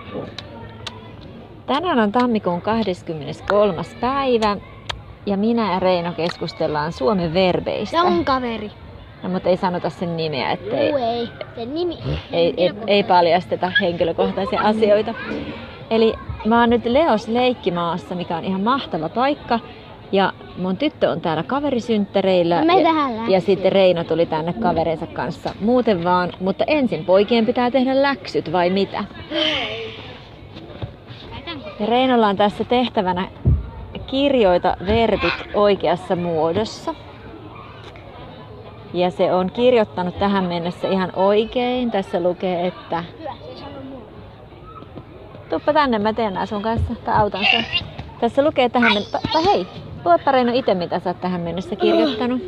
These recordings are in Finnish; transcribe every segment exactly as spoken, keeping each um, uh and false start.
Tänään on tammikuun kahdeskymmeneskolmas päivä ja minä ja Reino keskustellaan suomen verbeistä. Ja mun kaveri. No, mutta ei sanota sen nimeä, ettei Juu, ei. Sen nimi. ei, ei, ei paljasteta henkilökohtaisia asioita. Eli mä oon nyt Leos leikkimaassa, mikä on ihan mahtava paikka. Ja mun tyttö on täällä kaverisynttäreillä Me ja, tähän ja sitten Reino tuli tänne kaverinsa kanssa muuten vaan. Mutta ensin poikien pitää tehdä läksyt vai mitä? Ja Reinolla on tässä tehtävänä kirjoita verbit oikeassa muodossa. Ja se on kirjoittanut tähän mennessä ihan oikein. Tässä lukee, että tuppa tänne, mä teen nää sun kanssa, tai autan sen. Tässä lukee tähän mennessä, tai hei, luepa Reino itse mitä sä oot tähän mennessä kirjoittanut.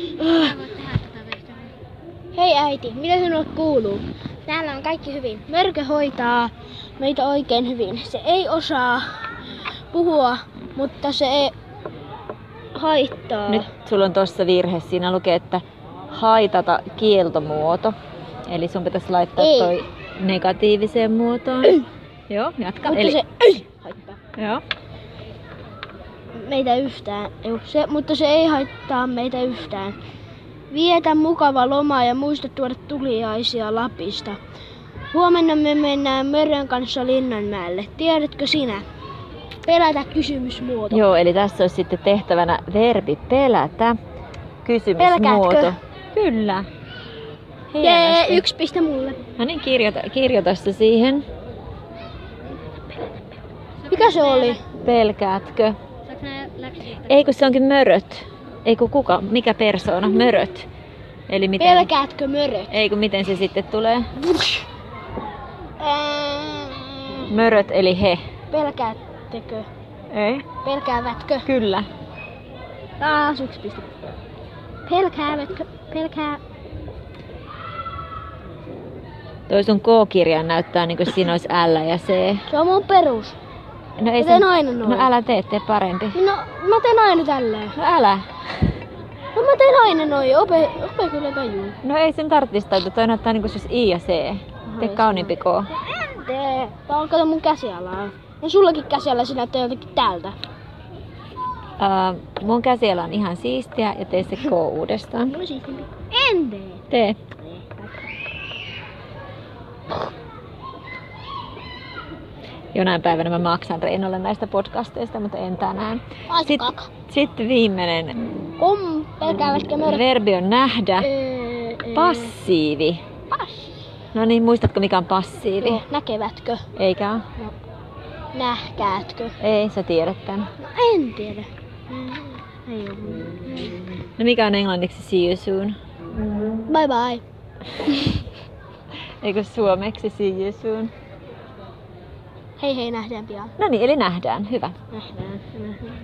Hei äiti, mitä sinulle kuuluu? Täällä on kaikki hyvin. Mörkö hoitaa meitä oikein hyvin. Se ei osaa puhua, mutta se ei haittaa. Nyt sulla on tossa virhe, siinä lukee, että haitata kieltomuoto. Eli sun pitäisi laittaa Ei. toi negatiiviseen muotoon. Joo, jatka. Mutta Eli, se ei haittaa joo. meitä yhtään. Ei, se, mutta se ei haittaa meitä yhtään. Vietä mukava loma ja muista tuoda tuliaisia Lapista. Huomenna me mennään Mörön kanssa Linnanmäelle. Tiedätkö sinä? Pelätä kysymysmuoto. Joo, eli tässä olisi sitten tehtävänä verbi pelätä. Kysymysmuoto. Pelkäätkö? Kyllä. Jee, Hienosti. yksi piste mulle. No niin, kirjoita, kirjoita se siihen. Mikä se oli? Pelkäätkö? Ei kun se onkin möröt. Ei kun kuka? Mikä persoona? Möröt. Eli miten? Pelkäätkö möröt? Ei kun miten se sitten tulee? Ää, Möröt eli he. Pelkäättekö? Ei. Pelkäävätkö? Kyllä. Taas yksi piste. Pelkäävätkö? Pelkää... Toi sun K-kirja näyttää niin kuin siinä olisi L ja C. Se on mun perus. No ei Mä teen aina noin. No älä tee, tee parempi. No, mä teen aina tälleen. No älä. No mä teen aina noin. Ope, ope kyllä tajuu. No ei sen tarvitsisi tajuta. Toi näyttää niin kuin se olisi I ja C. Tee kauniimpi K. En tee. Tää on kato mun käsialaa. Ja sullakin käsiala se näyttää jotenkin täältä. Uh, mun käsiala on ihan siistiä ja tee se K uudestaan. No siis en tee. Tee. Jonain päivänä mä maksan Reinolle näistä podcasteista, mutta en tänään. Sitten sit viimeinen Kom, pelkäävätkö möröt? verbi on nähdä. Öö, Passiivi. Pass. No niin, muistatko mikä on passiivi? Joo, näkevätkö? Eikä oo? No. Nähkäätkö? Ei, sä tiedät tän. No en tiedä. Ei oo. No mikä on englanniksi see you soon? Bye bye. Eikö suomeksi see you soon? Hei hei, nähdään pian. No niin, eli nähdään. Hyvä. Nähdään. Nähdään.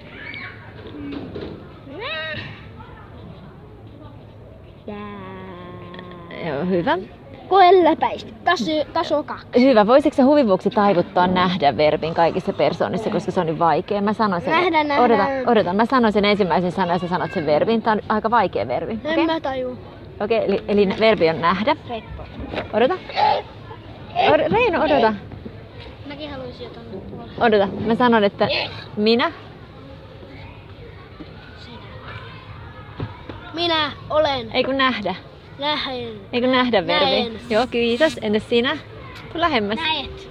Jää. Joo, hyvä. Koe läpäistä. Taso, taso kaksi. Hyvä. Voisitko sä huvivuoksi taivuttaa nähdä verbin kaikissa persoonissa, koska se on niin vaikea? Mä sanon sen. Nähdä, nähdä. Odota, odota. Mä sanon sen ensimmäisen sanan ja sä sanot sen verbin. Tää on aika vaikea verbi. En Okei? mä tajuu. Okei, eli, eli verbi on nähdä. Reppo. Odota. Od- Reino, odota. Mäkin haluaisin jotain tuolla. Odota. Mä sanon, että minä. Minä olen. Ei kun nähdä. Nähen. Ei kun nähdä verbi. Näen. Joo, kiitos. Entäs sinä? Tuu lähemmäs. Näet.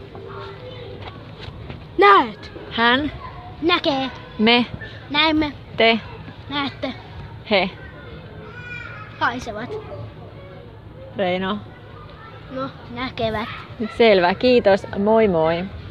Näet. Hän, Näkee. me, Näemme. te, Näette. he. Haisevat. Reino. No, näkevät. Selvä, kiitos. Moi moi.